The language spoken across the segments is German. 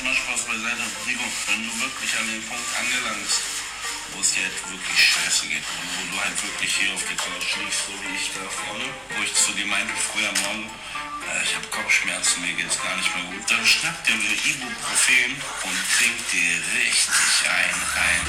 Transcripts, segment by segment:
jetzt mal Spaß beiseite. Rico, wenn du wirklich an den Punkt angelangst, wo es dir halt wirklich scheiße geht und wo du halt wirklich hier auf der Couch liegst, so wie ich da vorne, wo ich zu dir meinte früher am Morgen, ich habe Kopfschmerzen, mir geht's gar nicht mehr gut, dann schnapp dir eine Ibuprofen und trink dir richtig rein.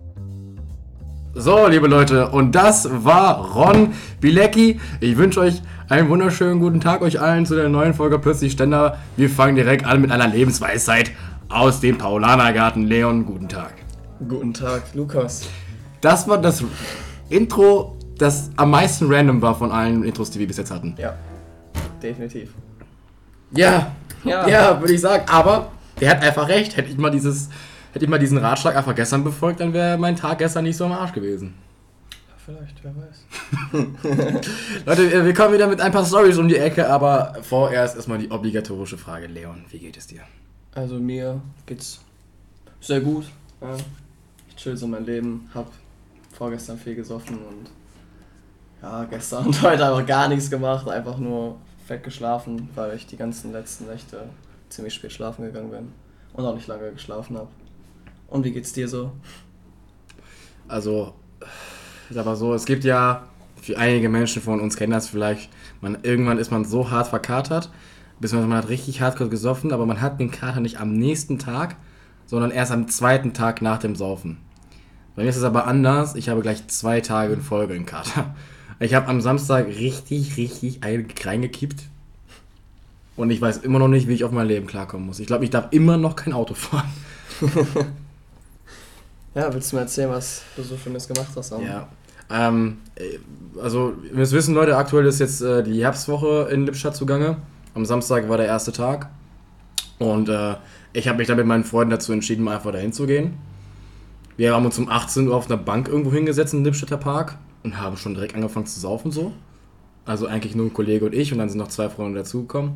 So, liebe Leute, und das war Ron Bilecki. Ich wünsche euch einen wunderschönen guten Tag euch allen zu der neuen Folge Plötzlich Ständer. Wir fangen direkt an mit einer Lebensweisheit aus dem Paulanergarten. Leon, guten Tag. Guten Tag, Lukas. Das war das Intro, das am meisten random war von allen Intros, die wir bis jetzt hatten. Ja, definitiv. Ja, würde ich sagen. Aber der hat einfach recht. Hätte ich mal diesen Ratschlag einfach gestern befolgt, dann wäre mein Tag gestern nicht so am Arsch gewesen. Vielleicht, wer weiß. Leute, wir kommen wieder mit ein paar Storys um die Ecke, aber vorerst erstmal die obligatorische Frage. Leon, wie geht es dir? Also mir geht's sehr gut. Ja. Ich chill so mein Leben, hab vorgestern viel gesoffen und ja, gestern und heute einfach gar nichts gemacht, einfach nur fett geschlafen, weil ich die ganzen letzten Nächte ziemlich spät schlafen gegangen bin und auch nicht lange geschlafen habe. Und wie geht's dir so? Also, ich sag mal so, es gibt ja, für einige Menschen von uns kennen das vielleicht, irgendwann ist man so hart verkatert, beziehungsweise man hat richtig hardcore gesoffen, aber man hat den Kater nicht am nächsten Tag, sondern erst am zweiten Tag nach dem Saufen. Bei mir ist es aber anders, ich habe gleich 2 Tage in Folge einen Kater. Ich habe am Samstag richtig reingekippt und ich weiß immer noch nicht, wie ich auf mein Leben klarkommen muss. Ich glaube, ich darf immer noch kein Auto fahren. Ja, willst du mir erzählen, was du so Schönes gemacht hast? Ja, also ihr müsst wissen, Leute, aktuell ist jetzt die Herbstwoche in Lippstadt zugange. Am Samstag war der erste Tag und ich habe mich dann mit meinen Freunden dazu entschieden, mal einfach dahin zu gehen. Wir haben uns um 18 Uhr auf einer Bank irgendwo hingesetzt im Lippstadter Park und haben schon direkt angefangen zu saufen so. Also eigentlich nur ein Kollege und ich und dann sind noch 2 Freunde dazugekommen.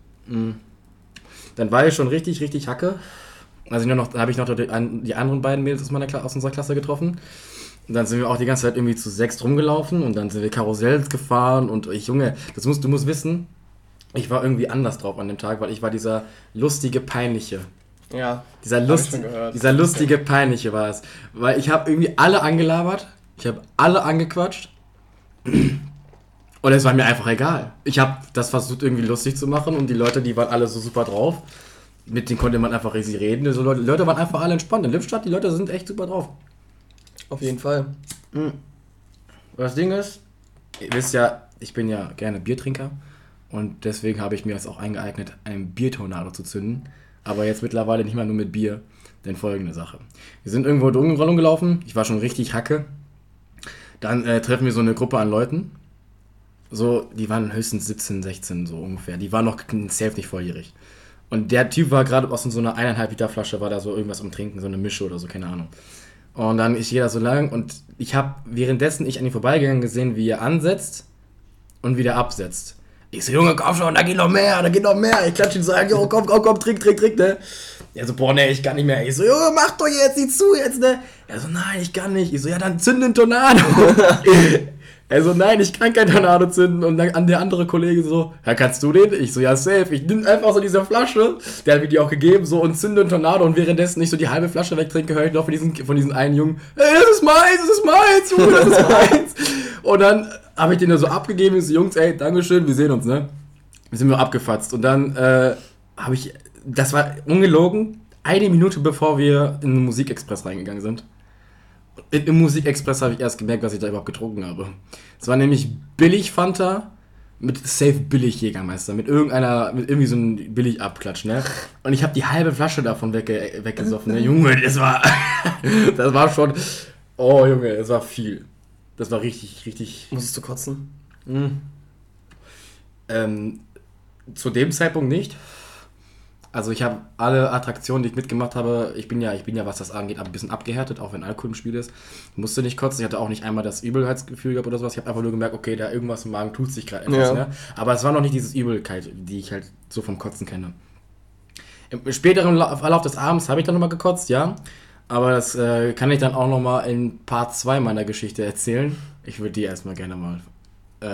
Dann war ich schon richtig Hacke. Also habe ich noch die anderen beiden Mädels aus unserer Klasse getroffen. Und dann sind wir auch die ganze Zeit irgendwie zu 6 rumgelaufen und dann sind wir Karussells gefahren und Junge, du musst wissen, ich war irgendwie anders drauf an dem Tag, weil ich war dieser lustige, peinliche. Ja, dieser lustige, peinliche war es. Weil ich habe irgendwie alle angelabert, ich habe alle angequatscht und es war mir einfach egal. Ich habe das versucht irgendwie lustig zu machen und die Leute, die waren alle so super drauf. Mit denen konnte man einfach riesig reden. Also die Leute waren einfach alle entspannt. In Lippstadt, die Leute sind echt super drauf. Auf jeden Fall. Das Ding ist, ihr wisst ja, ich bin ja gerne Biertrinker und deswegen habe ich mir jetzt auch eingeeignet, einen Biertornado zu zünden. Aber jetzt mittlerweile nicht mal nur mit Bier, denn folgende Sache. Wir sind irgendwo rumgelaufen, ich war schon richtig Hacke. Dann treffen wir so eine Gruppe an Leuten. So, die waren höchstens 17, 16 so ungefähr. Die waren noch safe nicht volljährig. Und der Typ war gerade aus so einer 1,5 Liter Flasche, war da so irgendwas am Trinken, so eine Mische oder so, keine Ahnung. Und dann ist jeder so lang und ich habe währenddessen an ihm vorbeigegangen gesehen, wie er ansetzt und wieder absetzt. Ich so, Junge, komm schon, da geht noch mehr. Ich klatsche ihn so, jo, komm, trink, ne. Er so, boah, ne, ich kann nicht mehr. Ich so, Junge, mach doch jetzt, sieh zu jetzt, ne. Er so, nein, ich kann nicht. Ich so, ja, dann zünd den Tornado. Er so, nein, ich kann kein Tornado zünden. Und dann an der andere Kollege so, ja, kannst du den? Ich so, ja, safe. Ich nehm einfach so diese Flasche, der hat mir die auch gegeben, so, und zünde den Tornado. Und währenddessen ich so die halbe Flasche wegtrinke, höre ich noch von diesen einen Jungen, ey, das ist meins, Junge, das ist meins. Und dann habe ich den so abgegeben, ich so, Jungs, ey, dankeschön, wir sehen uns, ne? Wir sind nur abgefatzt. Und dann das war ungelogen, 1 Minute bevor wir in den Musikexpress reingegangen sind. Im Musikexpress habe ich erst gemerkt, was ich da überhaupt getrunken habe. Es war nämlich billig Fanta mit safe billig Jägermeister, mit irgendwie so einem billig Abklatsch, ne? Und ich habe die halbe Flasche davon weggesoffen, ne? Junge, das war schon, oh Junge, das war viel. Das war richtig. Musstest du kotzen? Zu dem Zeitpunkt nicht. Also ich habe alle Attraktionen, die ich mitgemacht habe, ich bin ja, was das angeht, ein bisschen abgehärtet, auch wenn Alkohol im Spiel ist. Ich musste nicht kotzen, ich hatte auch nicht einmal das Übelkeitsgefühl gehabt oder sowas. Ich habe einfach nur gemerkt, okay, da irgendwas im Magen tut sich gerade etwas. Ja. Ne? Aber es war noch nicht dieses Übelkeit, die ich halt so vom Kotzen kenne. Im späteren Verlauf des Abends habe ich dann nochmal gekotzt, ja. Aber das kann ich dann auch nochmal in Part 2 meiner Geschichte erzählen. Ich würde dir erstmal gerne mal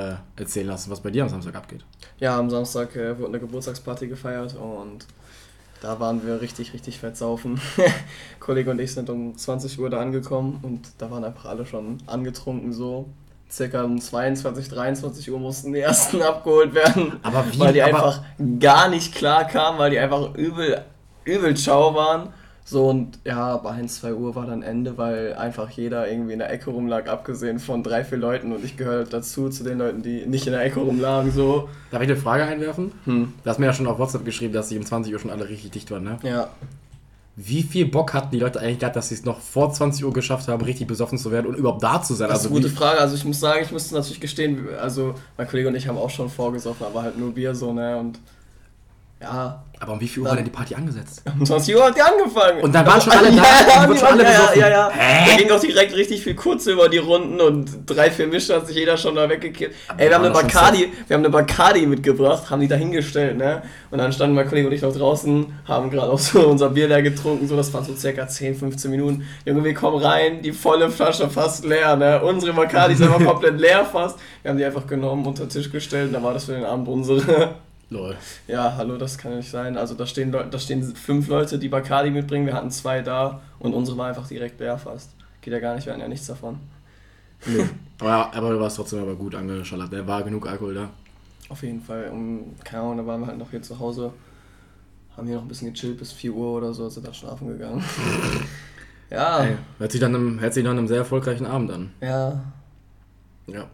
erzählen lassen, was bei dir am Samstag abgeht. Ja, am Samstag wurde eine Geburtstagsparty gefeiert und Da waren wir richtig, richtig fett saufen. Kollege und ich sind um 20 Uhr da angekommen und da waren einfach alle schon angetrunken so. Circa um 22, 23 Uhr mussten die ersten abgeholt werden, Aber wie? weil die Aber- einfach gar nicht klar kamen, weil die einfach übel ciao waren. So und ja, bei 1, 2 Uhr war dann Ende, weil einfach jeder irgendwie in der Ecke rumlag, abgesehen von 3, 4 Leuten und ich gehöre dazu, zu den Leuten, die nicht in der Ecke rumlagen, so. Darf ich eine Frage einwerfen? Du hast mir ja schon auf WhatsApp geschrieben, dass die um 20 Uhr schon alle richtig dicht waren, ne? Ja. Wie viel Bock hatten die Leute eigentlich gehabt, dass sie es noch vor 20 Uhr geschafft haben, richtig besoffen zu werden und überhaupt da zu sein? Das ist Also eine gute wie, Frage. Also ich muss sagen, ich musste natürlich gestehen, also mein Kollege und ich haben auch schon vorgesoffen, aber halt nur Bier so, ne? Und ja, aber um wie viel Uhr war denn die Party angesetzt? um 20 Uhr hat die angefangen. Und dann waren schon alle da ja, und wurden schon alle besoffen. ja. Da ging auch direkt richtig viel kurz über die Runden und 3, 4 Mischer hat sich jeder schon da weggekippt. Ey, wir haben eine Bacardi mitgebracht, haben die da hingestellt, ne? Und dann standen mein Kollege und ich noch draußen, haben gerade auch so unser Bier leer getrunken, so das waren so circa 10, 15 Minuten. Junge, wir kommen rein, die volle Flasche fast leer, ne? Unsere Bacardi ist einfach komplett leer fast. Wir haben die einfach genommen, unter den Tisch gestellt und dann war das für den Abend unsere. Lol. Ja, hallo, das kann ja nicht sein. Also da stehen 5 Leute, die Bacardi mitbringen, wir hatten 2 da und unsere war einfach direkt leer fast. Geht ja gar nicht, wir hatten ja nichts davon. Nee. Aber du warst trotzdem aber gut angeschallert. Da war genug Alkohol da. Auf jeden Fall, keine Ahnung, da waren wir halt noch hier zu Hause, haben hier noch ein bisschen gechillt bis 4 Uhr oder so, sind dann schlafen gegangen. Ja. Ey, hört sich nach einem sehr erfolgreichen Abend an. Ja. Ja.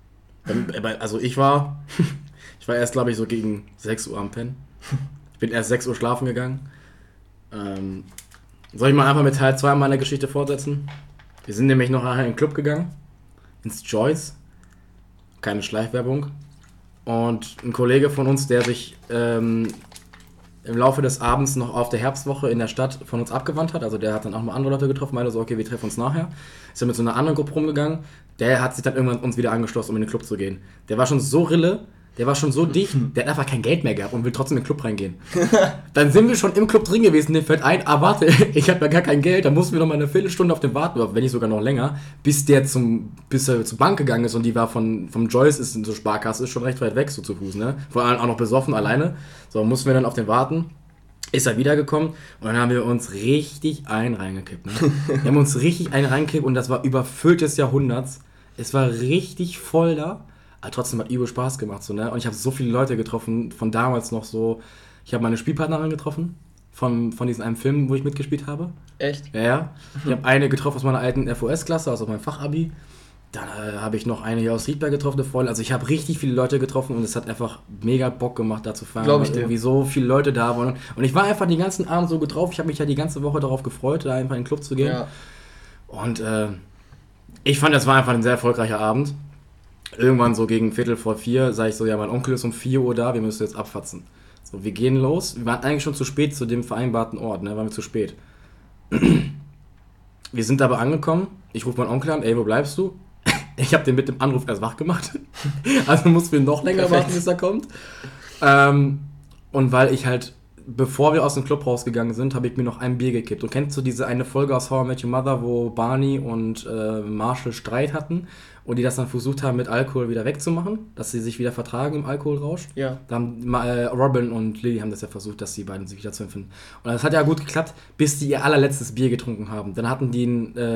Also ich war erst, glaube ich, so gegen 6 Uhr am Pennen. Ich bin erst 6 Uhr schlafen gegangen. Soll ich mal einfach mit Teil 2 meiner Geschichte fortsetzen? Wir sind nämlich noch nachher in den Club gegangen. Ins Joyce. Keine Schleichwerbung. Und ein Kollege von uns, der sich im Laufe des Abends noch auf der Herbstwoche in der Stadt von uns abgewandt hat, also der hat dann auch mal andere Leute getroffen, meinte so, okay, wir treffen uns nachher. Ist dann mit so einer anderen Gruppe rumgegangen. Der hat sich dann irgendwann uns wieder angeschlossen, um in den Club zu gehen. Der war schon so Rille, der war schon so dicht, der hat einfach kein Geld mehr gehabt und will trotzdem in den Club reingehen. Dann sind wir schon im Club drin gewesen, dem fällt ein, warte, ich habe ja gar kein Geld, dann mussten wir noch mal eine Viertelstunde auf dem warten, oder wenn nicht sogar noch länger, bis er zur Bank gegangen ist und die war vom Joyce, ist in so Sparkasse, ist schon recht weit weg, so zu Fuß, ne? Vor allem auch noch besoffen, alleine. So, mussten wir dann auf den warten. Ist er wiedergekommen und dann haben wir uns richtig einen reingekippt. Ne? Wir haben uns richtig einen reingekippt und das war überfüllt des Jahrhunderts. Es war richtig voll da, aber trotzdem hat übel Spaß gemacht. So, ne? Und ich habe so viele Leute getroffen, von damals noch so. Ich habe meine Spielpartnerin getroffen, von diesem einen Film, wo ich mitgespielt habe. Echt? Ja. Ich habe eine getroffen aus meiner alten FOS-Klasse, also aus meinem Fachabi. Dann habe ich noch eine hier aus Riedberg getroffen, eine Freundin. Also ich habe richtig viele Leute getroffen und es hat einfach mega Bock gemacht, da zu fahren. Glaube ich weil dir. irgendwie so viele Leute da waren. Und ich war einfach den ganzen Abend so gut drauf. Ich habe mich ja die ganze Woche darauf gefreut, da einfach in den Club zu gehen. Ja. Und ich fand, das war einfach ein sehr erfolgreicher Abend. Irgendwann so gegen 3:45 sage ich so, ja, mein Onkel ist um 4 Uhr da, wir müssen jetzt abfatzen. So, wir gehen los. Wir waren eigentlich schon zu spät zu dem vereinbarten Ort, ne? Waren wir zu spät. Wir sind aber angekommen. Ich rufe meinen Onkel an, ey, wo bleibst du? Ich habe den mit dem Anruf erst wach gemacht. Also mussten wir noch länger Perfekt. warten, bis er kommt. Und weil ich halt, bevor wir aus dem Club rausgegangen sind, habe ich mir noch ein Bier gekippt. Und kennst du diese eine Folge aus How I Met Your Mother, wo Barney und Marshall Streit hatten und die das dann versucht haben, mit Alkohol wieder wegzumachen, dass sie sich wieder vertragen im Alkoholrausch? Ja. Da haben Robin und Lily haben das ja versucht, dass die beiden sich wieder zu empfinden. Und das hat ja gut geklappt, bis die ihr allerletztes Bier getrunken haben. Dann hatten die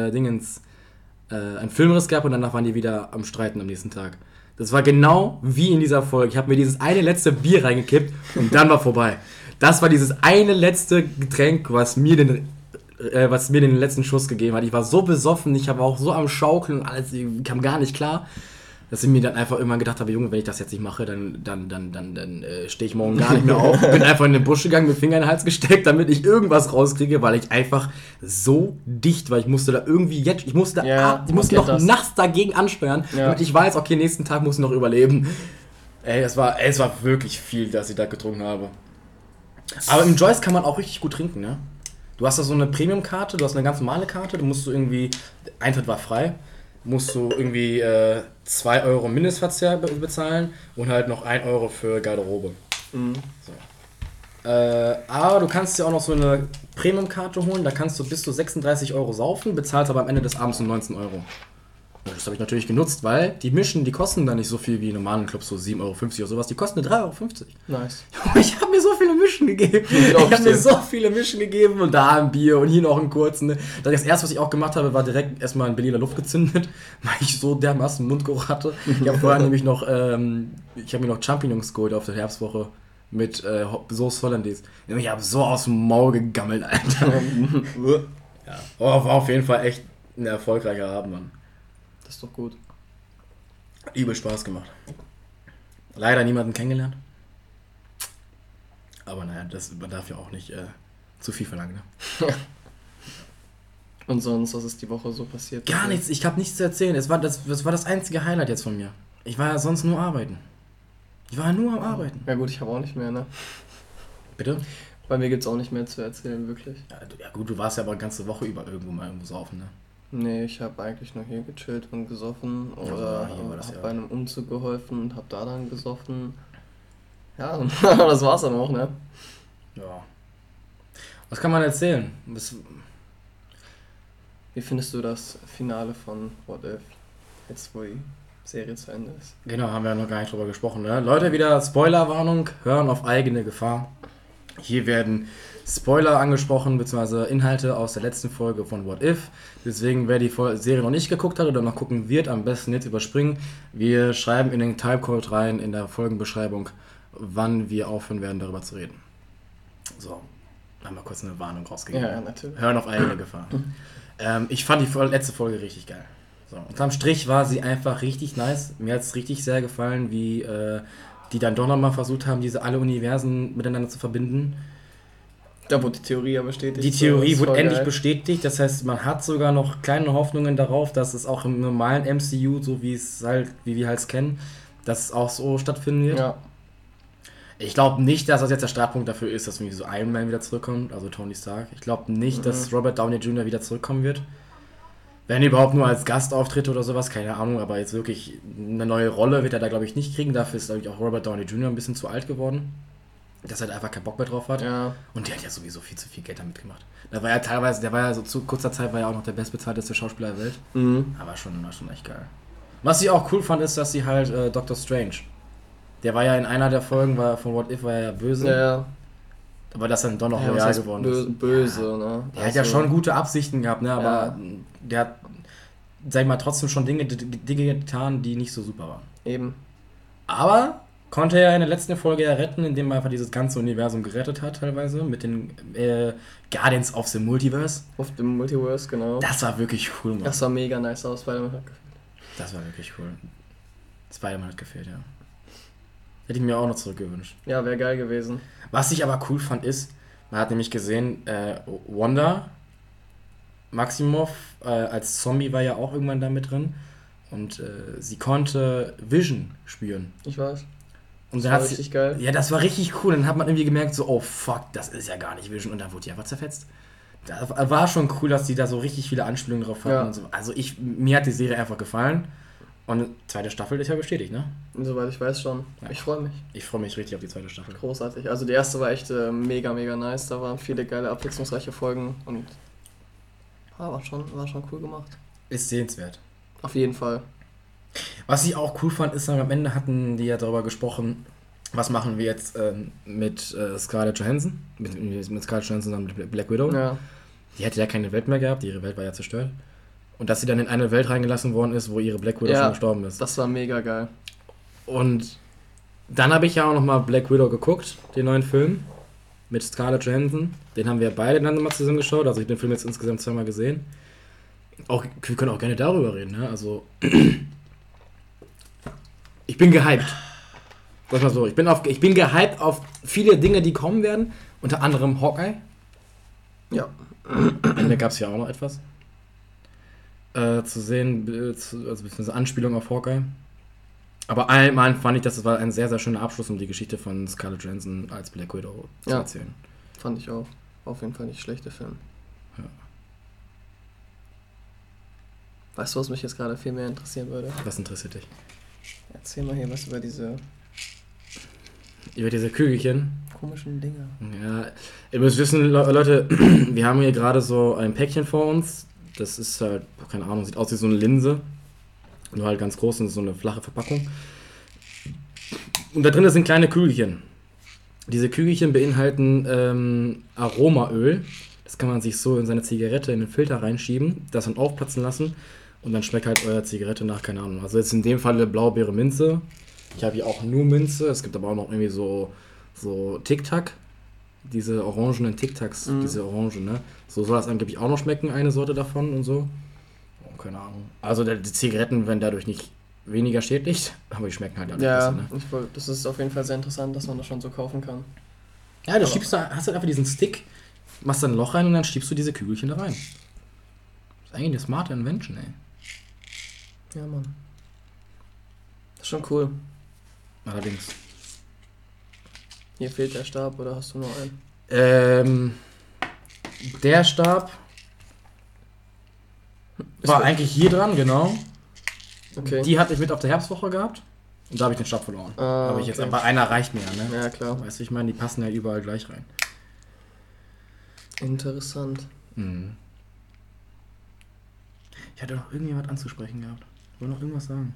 einen Filmriss gehabt und danach waren die wieder am Streiten am nächsten Tag. Das war genau wie in dieser Folge. Ich habe mir dieses eine letzte Bier reingekippt und dann war vorbei. Das war dieses eine letzte Getränk, was mir den letzten Schuss gegeben hat. Ich war so besoffen, ich war auch so am Schaukeln und alles, ich kam gar nicht klar, dass ich mir dann einfach irgendwann gedacht habe, Junge, wenn ich das jetzt nicht mache, dann stehe ich morgen gar nicht mehr auf. Bin einfach in den Busch gegangen, mit Finger in den Hals gesteckt, damit ich irgendwas rauskriege, weil ich einfach so dicht war. Ich musste da irgendwie ich musste noch nachts dagegen ansteuern, damit ich weiß, okay, nächsten Tag muss ich noch überleben. Ey, es war wirklich viel, dass ich da getrunken habe. Aber im Joyce kann man auch richtig gut trinken, ne? Du hast da so eine Premium-Karte, du hast eine ganz normale Karte, du musst so irgendwie, Eintritt war frei, musst du irgendwie 2 Euro Mindestverzehr bezahlen und halt noch 1 Euro für Garderobe. Mhm. So. Aber du kannst dir auch noch so eine Premium-Karte holen, da kannst du bis zu 36 Euro saufen, bezahlst aber am Ende des Abends nur 19 Euro. Und das habe ich natürlich genutzt, weil die Mischen, die kosten dann nicht so viel wie in normalen Clubs, so 7,50 € oder sowas. Die kosten nur 3,50 €. Nice. Ich habe mir so viele Mischen gegeben. Ich habe mir so viele Mischen gegeben und da ein Bier und hier noch einen kurzen. Ne? Das erste, was ich auch gemacht habe, war direkt erstmal in Berliner Luft gezündet, weil ich so dermaßen Mundgeruch hatte. Ich habe vorher nämlich noch, ich habe mir noch Champignons geholt auf der Herbstwoche mit Sauce Hollandaise. Ich habe so aus dem Maul gegammelt, Alter. Ja. Oh, war auf jeden Fall echt ein erfolgreicher Abend, Mann. Das ist doch gut. Hat übel Spaß gemacht. Leider niemanden kennengelernt. Aber naja, man darf ja auch nicht zu viel verlangen. Ne? Und sonst, was ist die Woche so passiert? Gar nichts, ich habe nichts zu erzählen. Das war das einzige Highlight jetzt von mir. Ich war ja sonst nur arbeiten. Ich war ja nur am Arbeiten. Ja gut, ich habe auch nicht mehr, ne? Bitte? Bei mir gibt's auch nicht mehr zu erzählen, wirklich. Ja gut, du warst ja aber eine ganze Woche über irgendwo saufen, ne? Nee, ich habe eigentlich nur hier gechillt und gesoffen oder hier war das habe ja bei auch. einem Umzug geholfen und habe da dann gesoffen. Ja, und das war's dann auch, ne? Ja. Was kann man erzählen? Wie findest du das Finale von What If? Jetzt, wo die Serie zu Ende ist. Genau, haben wir ja noch gar nicht drüber gesprochen. Ne? Leute, wieder Spoilerwarnung, hören auf eigene Gefahr. Hier werden Spoiler angesprochen, beziehungsweise Inhalte aus der letzten Folge von What If. Deswegen, wer die Serie noch nicht geguckt hat oder noch gucken wird, am besten jetzt überspringen. Wir schreiben in den Timecode rein, in der Folgenbeschreibung, wann wir aufhören werden, darüber zu reden. So, haben wir kurz eine Warnung rausgegeben. Ja, natürlich. Hören auf eigene Gefahr. Ich fand die letzte Folge richtig geil. So, unterm Strich war sie einfach richtig nice. Mir hat es richtig sehr gefallen, wie die dann doch nochmal versucht haben, diese alle Universen miteinander zu verbinden. Da wurde die Theorie ja bestätigt. Die Theorie so, wurde endlich geil. bestätigt. Das heißt, man hat sogar noch kleine Hoffnungen darauf, dass es auch im normalen MCU, so wie wir halt kennen, dass es auch so stattfinden wird. Ja. Ich glaube nicht, dass das jetzt der Startpunkt dafür ist, dass irgendwie so Iron Man wieder zurückkommt, also Tony Stark. Ich glaube nicht, dass Robert Downey Jr. wieder zurückkommen wird. Wenn überhaupt nur als Gastauftritt oder sowas, keine Ahnung, aber jetzt wirklich eine neue Rolle wird er da, glaube ich, nicht kriegen. Dafür ist, glaube ich, auch Robert Downey Jr. ein bisschen zu alt geworden, dass er da einfach keinen Bock mehr drauf hat. Ja. Und der hat ja sowieso viel zu viel Geld damit gemacht. Da war ja teilweise, der war ja so zu kurzer Zeit, war ja auch noch der bestbezahlteste Schauspieler der Welt. Mhm. Aber war schon echt geil. Was ich auch cool fand, ist, dass sie halt Doctor Strange, der war ja in einer der Folgen von What If, war er ja böse. Ja. Aber dass er dann doch noch Ja, was real heißt geworden ist. Böse, ne? Der hat ja schon gute Absichten gehabt, ne? Aber Ja. der hat, sag ich mal, trotzdem schon Dinge getan, die nicht so super waren. Eben. Aber konnte er in der letzten Folge ja retten, indem er einfach dieses ganze Universum gerettet hat, teilweise, mit den Guardians of the Multiverse. Auf dem Multiverse, genau. Das war wirklich cool, Mann. Das sah mega nice aus, Spider-Man hat gefällt. Das war wirklich cool. Spider-Man hat gefehlt, ja. Hätte ich mir auch noch zurückgewünscht. Ja, wäre geil gewesen. Was ich aber cool fand ist, man hat nämlich gesehen, Wanda Maximoff als Zombie war ja auch irgendwann da mit drin und sie konnte Vision spüren. Ich weiß. Und Das dann war hat sie, richtig geil. ja, das war richtig cool. Dann hat man irgendwie gemerkt, so, oh fuck, das ist ja gar nicht Vision. Und dann wurde die einfach zerfetzt. Das war schon cool, dass die da so richtig viele Anspielungen drauf hatten. Ja. Und so. Also mir hat die Serie einfach gefallen. Und zweite Staffel ist ja bestätigt, ne? Soweit ich weiß schon. Ja. Ich freue mich. Ich freue mich richtig auf die zweite Staffel. Großartig. Also die erste war echt mega, mega nice. Da waren viele geile, abwechslungsreiche Folgen und war schon cool gemacht. Ist sehenswert. Auf jeden Fall. Was ich auch cool fand, ist, am Ende hatten die ja darüber gesprochen, was machen wir jetzt mit Scarlett Johansson, mit Scarlett Johansson und mit Black Widow. Ja. Die hätte ja keine Welt mehr gehabt, ihre Welt war ja zerstört. Und dass sie dann in eine Welt reingelassen worden ist, wo ihre Black Widow schon gestorben ist. Das war mega geil. Und dann habe ich ja auch nochmal Black Widow geguckt, den neuen Film mit Scarlett Johansson. Den haben wir beide dann mal zusammen geschaut, also ich habe den Film jetzt insgesamt zweimal gesehen. Wir können auch gerne darüber reden, ne? Also ich bin gehypt. Sag mal so, ich bin gehypt auf viele Dinge, die kommen werden, unter anderem Hawkeye. Ja. Am Ende gab es ja auch noch etwas zu sehen, also beziehungsweise Anspielung auf Hawkeye. Aber allgemein fand ich, das war ein sehr, sehr schöner Abschluss, um die Geschichte von Scarlett Johansson als Black Widow zu erzählen. Fand ich auch. Auf jeden Fall nicht schlechter Film. Ja. Weißt du, was mich jetzt gerade viel mehr interessieren würde? Was interessiert dich? Erzähl mal hier was über diese Über diese Kügelchen. komischen Dinger. Ja, ihr müsst wissen, Leute, wir haben hier gerade so ein Päckchen vor uns. Das ist halt, keine Ahnung, sieht aus wie so eine Linse. Nur halt ganz groß und so eine flache Verpackung. Und da drin sind kleine Kügelchen. Diese Kügelchen beinhalten Aromaöl. Das kann man sich so in seine Zigarette in den Filter reinschieben, das dann aufplatzen lassen und dann schmeckt halt eure Zigarette nach, keine Ahnung. Also jetzt in dem Fall Blaubeere Minze. Ich habe hier auch nur Minze. Es gibt aber auch noch irgendwie so Tic-Tac. Diese orangenen Tic-Tacs, diese Orangen, ne? So soll das angeblich auch noch schmecken, eine Sorte davon und so. Oh, keine Ahnung. Also die Zigaretten werden dadurch nicht weniger schädlich, aber die schmecken halt Ja, besser, ne? das ist auf jeden Fall sehr interessant, dass man das schon so kaufen kann. Ja, da schiebst du, hast du einfach diesen Stick, machst dann ein Loch rein und dann schiebst du diese Kügelchen da rein. Das ist eigentlich eine smarte Invention, ey. Ja, Mann. Das ist schon cool. Allerdings. Hier fehlt der Stab, oder hast du nur einen? Der Stab war eigentlich hier dran, genau. Okay. Die hatte ich mit auf der Herbstwoche gehabt und da habe ich den Stab verloren. Aber okay. jetzt, aber einer reicht mir, ne? Ja, klar. Weißt du, ich meine, die passen ja überall gleich rein. Interessant. Mhm. Ich hatte noch irgendjemand anzusprechen gehabt. Ich wollte noch irgendwas sagen.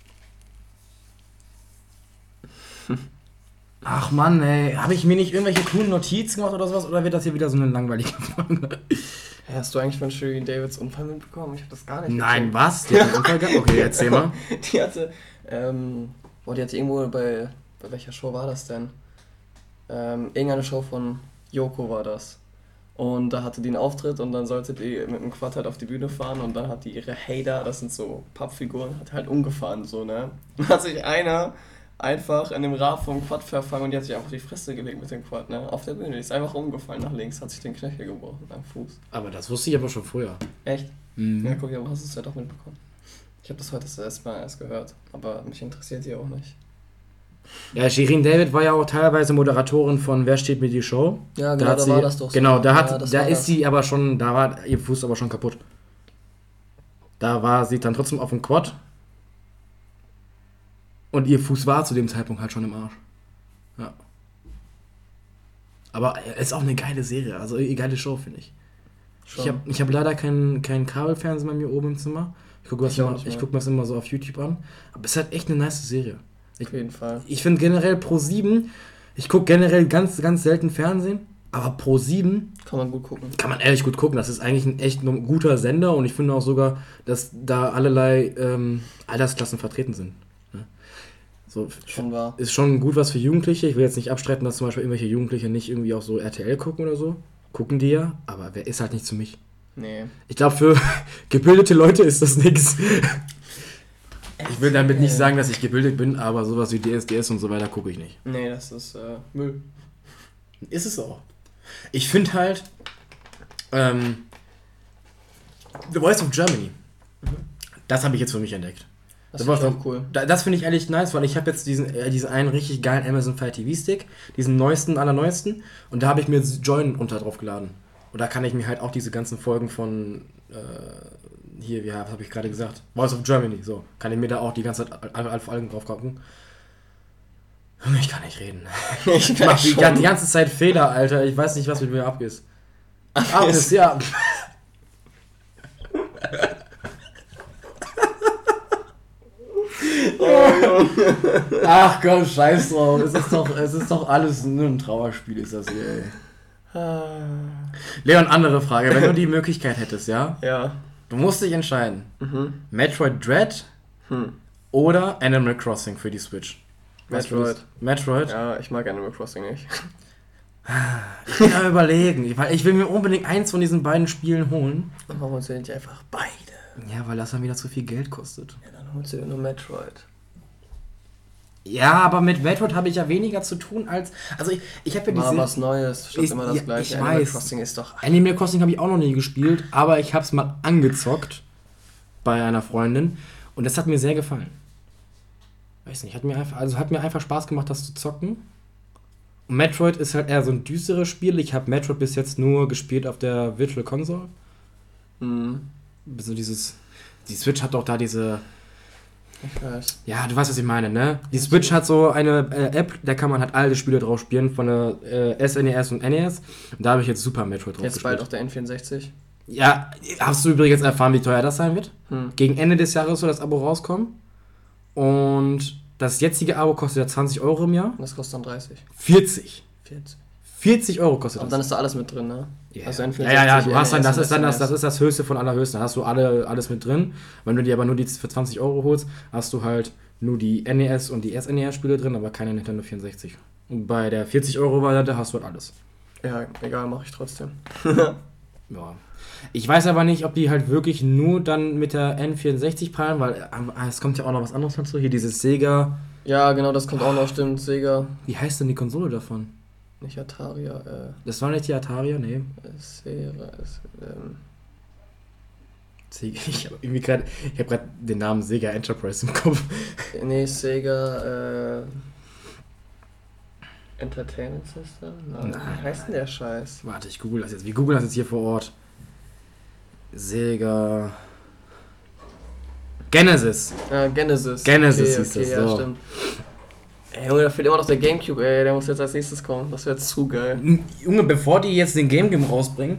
Ach Mann, ey. Habe ich mir nicht irgendwelche coolen Notizen gemacht oder sowas? Oder wird das hier wieder so eine langweilige Folge? Hey, hast du eigentlich von Shirin Davids Unfall mitbekommen? Ich habe das gar nicht Nein, mitbekommen. was? Die hat einen Unfall gehabt? Okay, erzähl mal. Die hatte irgendwo bei welcher Show war das denn? Irgendeine Show von Yoko war das. Und da hatte die einen Auftritt und dann sollte die mit dem Quad halt auf die Bühne fahren und dann hat die ihre Hater, das sind so Pappfiguren, hat halt umgefahren, so, ne? Dann hat sich einer einfach in dem Rad vom Quad verfangen und die hat sich einfach die Fresse gelegt mit dem Quad, ne? Auf der Bühne, die ist einfach umgefallen nach links, hat sich den Knöchel gebrochen am Fuß. Aber das wusste ich aber schon früher. Echt? Mhm. Ja, guck, aber hast du es ja doch mitbekommen. Ich habe das heute erst mal gehört, aber mich interessiert die auch nicht. Ja, Shirin David war ja auch teilweise Moderatorin von Wer steht mir die Show. Ja, genau, da war das doch so. Genau, Ja, da ist sie aber schon, da war ihr Fuß aber schon kaputt. Da war sie dann trotzdem auf dem Quad. Und ihr Fuß war zu dem Zeitpunkt halt schon im Arsch. Ja. Aber es ist auch eine geile Serie, also eine geile Show, finde ich. Schon. Ich hab leider kein Kabelfernsehen bei mir oben im Zimmer. Ich gucke guck mir das immer so auf YouTube an. Aber es ist halt echt eine nice Serie. Auf jeden Fall. Ich finde generell Pro7, ich gucke generell ganz, ganz selten Fernsehen, aber Pro7 Kann man gut gucken. kann man ehrlich gut gucken. Das ist eigentlich ein echt guter Sender und ich finde auch sogar, dass da allerlei Altersklassen vertreten sind. Ne? So, Schon wahr. ist schon gut was für Jugendliche. Ich will jetzt nicht abstreiten, dass zum Beispiel irgendwelche Jugendliche nicht irgendwie auch so RTL gucken oder so. Gucken die ja, aber wer ist halt nicht zu mich. Nee. Ich glaube, für gebildete Leute ist das nichts. Ich will damit nicht sagen, dass ich gebildet bin, aber sowas wie DSDS und so weiter gucke ich nicht. Nee, das ist Müll. Ist es auch. Ich finde halt The Voice of Germany. Das habe ich jetzt für mich entdeckt. Das ist auch cool. Das finde ich ehrlich nice, weil ich habe jetzt diesen einen richtig geilen Amazon Fire TV Stick, diesen allerneuesten, und da habe ich mir Join unter drauf geladen. Und da kann ich mir halt auch diese ganzen Folgen von hier, was habe ich gerade gesagt? Voice of Germany, so. Kann ich mir da auch die ganze Zeit alle Folgen drauf gucken. Ich kann nicht reden. Ich mach die ganze Zeit Fehler, Alter. Ich weiß nicht, was mit mir abgeht. Abgeht, ja. Ach komm, scheiß drauf. Es ist doch alles nur ein Trauerspiel, ist das hier, ey. Leon, andere Frage. Wenn du die Möglichkeit hättest, ja? Ja. Du musst dich entscheiden. Metroid Dread oder Animal Crossing für die Switch. Metroid? Ja, ich mag Animal Crossing nicht. Ich bin am Überlegen. Ich will mir unbedingt eins von diesen beiden Spielen holen. Dann machen wir uns ja nicht einfach beide. Ja, weil das dann wieder zu viel Geld kostet. Ja, dann holst du dir nur Metroid. Ja, aber mit Metroid habe ich ja weniger zu tun als... Also ich habe ja Mal diese... was Neues, statt immer das gleiche. Ich Animal weiß. Crossing ist doch... Animal Crossing habe ich auch noch nie gespielt, aber ich habe es mal angezockt bei einer Freundin und das hat mir sehr gefallen. Weiß nicht, hat mir einfach Spaß gemacht, das zu zocken. Und Metroid ist halt eher so ein düsteres Spiel. Ich habe Metroid bis jetzt nur gespielt auf der Virtual Console. So die Switch hat doch da diese... Ich weiß. Ja, du weißt, was ich meine, ne? Die Switch hat so eine App, da kann man halt alte Spiele drauf spielen, von der SNES und NES. Und da habe ich jetzt Super Metroid drauf Jetzt gespielt. bald auf der N64. Ja, hast du übrigens erfahren, wie teuer das sein wird? Hm. Gegen Ende des Jahres soll das Abo rauskommen. Und das jetzige Abo kostet ja 20 Euro im Jahr. Und das kostet dann 30. 40. 40. 40 Euro kostet Aber das. dann ist da alles mit drin, ne? Yeah. Also Ja, du hast dann, das ist NES. das Höchste von allerhöchsten. Da hast du alles mit drin. Wenn du dir aber nur die für 20 Euro holst, hast du halt nur die NES und die SNES-Spiele drin, aber keine Nintendo 64. Und bei der 40 Euro Variante hast du halt alles. Ja, egal, mache ich trotzdem. Ja. Ich weiß aber nicht, ob die halt wirklich nur dann mit der N64 prallen, weil es kommt ja auch noch was anderes dazu. Hier dieses Sega. Ja, genau, das kommt auch noch, stimmt. Sega, Wie heißt denn die Konsole davon? nicht Ataria, Das war nicht die Ataria, nee. Sega, Sega, ich habe gerade den Namen Sega Enterprise im Kopf. nee, Sega, Entertainment System? Nein. Wie heißt denn der Scheiß? Warte, ich google das jetzt. Wir googeln das jetzt hier vor Ort. Sega. Genesis. Genesis. Genesis okay, hieß okay, das, ja, so. stimmt. Ey, Junge, da fehlt immer noch der Gamecube, ey, der muss jetzt als nächstes kommen. Das wäre zu geil. Junge, bevor die jetzt den Game rausbringen,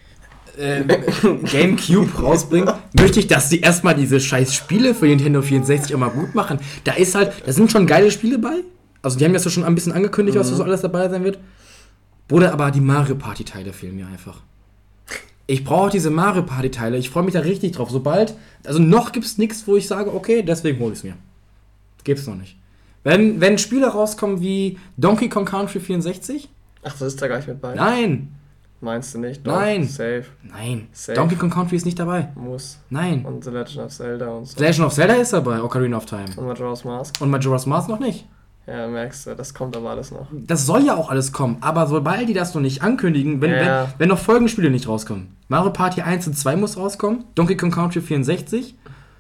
Gamecube rausbringen, möchte ich, dass die erstmal diese scheiß Spiele für Nintendo 64 immer gut machen. Da sind schon geile Spiele bei. Also die haben jetzt schon ein bisschen angekündigt, was so alles dabei sein wird. Bruder, aber die Mario Party Teile fehlen mir einfach. Ich brauche diese Mario Party Teile. Ich freue mich da richtig drauf. Also noch gibt's nichts, wo ich sage, okay, deswegen hole ich es mir. Gibt's noch nicht. Wenn Spiele rauskommen wie Donkey Kong Country 64? Ach, das ist da gar nicht mit bei. Nein. Meinst du nicht? Doch, Nein. Safe. Nein. Safe. Donkey Kong Country ist nicht dabei. Muss. Nein. Und The Legend of Zelda und so. Legend of Zelda ist dabei, Ocarina of Time. Und Majora's Mask. Und Majora's Mask noch nicht. Ja, merkst du, das kommt aber alles noch. Das soll ja auch alles kommen, aber sobald die das noch nicht ankündigen, Ja. wenn noch Folgenspiele nicht rauskommen. Mario Party 1 und 2 muss rauskommen, Donkey Kong Country 64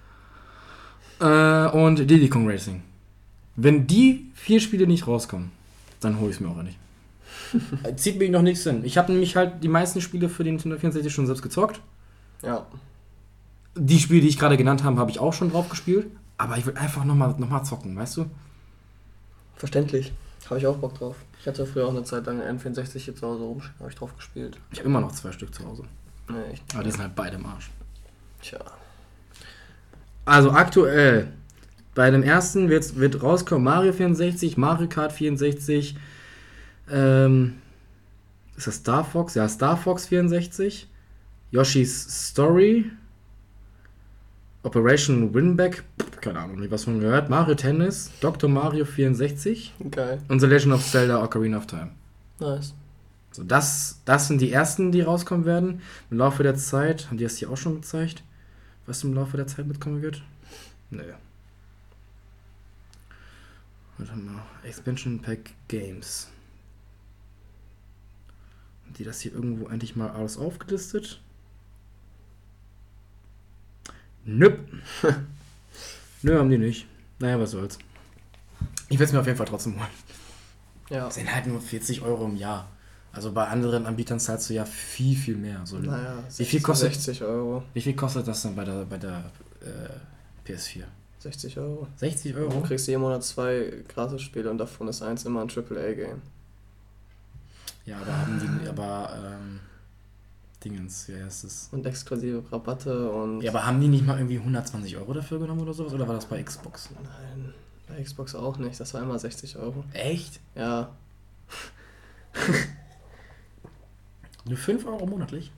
und Diddy Kong Racing. Wenn die 4 Spiele nicht rauskommen, dann hole ich es mir auch nicht. Zieht mich noch nichts hin. Ich habe nämlich halt die meisten Spiele für den Nintendo 64 schon selbst gezockt. Ja. Die Spiele, die ich gerade genannt habe, habe ich auch schon drauf gespielt. Aber ich will einfach nochmal zocken, weißt du? Verständlich. Habe ich auch Bock drauf. Ich hatte früher auch eine Zeit lang eine N64 hier zu Hause rumstehen, habe ich drauf gespielt. Ich habe immer noch 2 Stück zu Hause. Nee, echt. Aber die sind halt beide im Arsch. Tja. Also aktuell, bei dem ersten wird rauskommen Mario 64, Mario Kart 64, ist das Star Fox? Ja, Star Fox 64, Yoshi's Story, Operation Winback, keine Ahnung, nie was von gehört, Mario Tennis, Dr. Mario 64 Geil. und The Legend of Zelda Ocarina of Time. Nice. So, das sind die ersten, die rauskommen werden. Im Laufe der Zeit, haben die das hier auch schon gezeigt, was im Laufe der Zeit mitkommen wird? Nö. Warte mal. Expansion Pack Games. Haben die das hier irgendwo endlich mal alles aufgelistet? Nöp. Nö, haben die nicht. Naja, was soll's. Ich werde es mir auf jeden Fall trotzdem holen. Ja. Das sind halt nur 40 Euro im Jahr. Also bei anderen Anbietern zahlst du ja viel, viel mehr. So, Naja, wie viel kostet 60 Euro. Wie viel kostet das denn bei der PS4? 60 Euro. 60 Du Euro? kriegst jeden Monat 2 Gratis-Spiele und davon ist eins immer ein AAA-Game. Ja, Dingens, wie heißt es? Und exklusive Rabatte und... Ja, aber haben die nicht mal irgendwie 120 Euro dafür genommen oder sowas? Oder war das bei Xbox? Nein, bei Xbox auch nicht. Das war immer 60 Euro. Echt? Ja. Nur 5 Euro monatlich?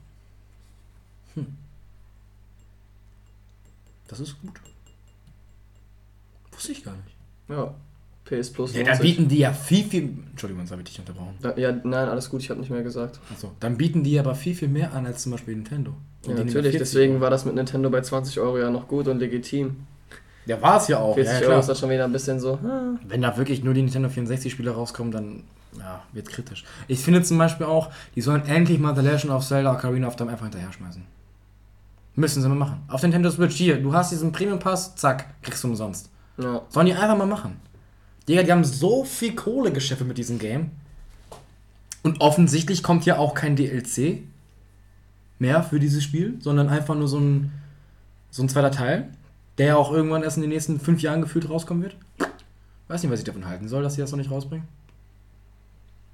Das ist gut. Wusste ich gar nicht. Ja. PS Plus. Ja, da bieten die ja viel, viel... Entschuldigung, jetzt habe ich dich unterbrochen. Ja, nein, alles gut, ich habe nicht mehr gesagt. Achso, dann bieten die aber viel, viel mehr an als zum Beispiel Nintendo. Und Ja, die nehmen natürlich, 40 deswegen Euro. war das mit Nintendo bei 20 Euro ja noch gut und legitim. Ja, war es ja auch. 40 ja, Euro klar. ist das schon wieder ein bisschen so... Wenn da wirklich nur die Nintendo 64-Spiele rauskommen, dann ja, wird kritisch. Ich finde zum Beispiel auch, die sollen endlich mal The Legend of Zelda Ocarina of Time einfach hinterher schmeißen. Müssen sie mal machen. Auf Nintendo Switch, hier, du hast diesen Premium Pass, zack, kriegst du umsonst. Ja. Sollen die einfach mal machen. Digga, die haben so viel Kohle gescheffelt mit diesem Game. Und offensichtlich kommt ja auch kein DLC mehr für dieses Spiel, sondern einfach nur so ein zweiter Teil, der ja auch irgendwann erst in den nächsten 5 Jahren gefühlt rauskommen wird. Weiß nicht, was ich davon halten soll, dass sie das noch nicht rausbringen.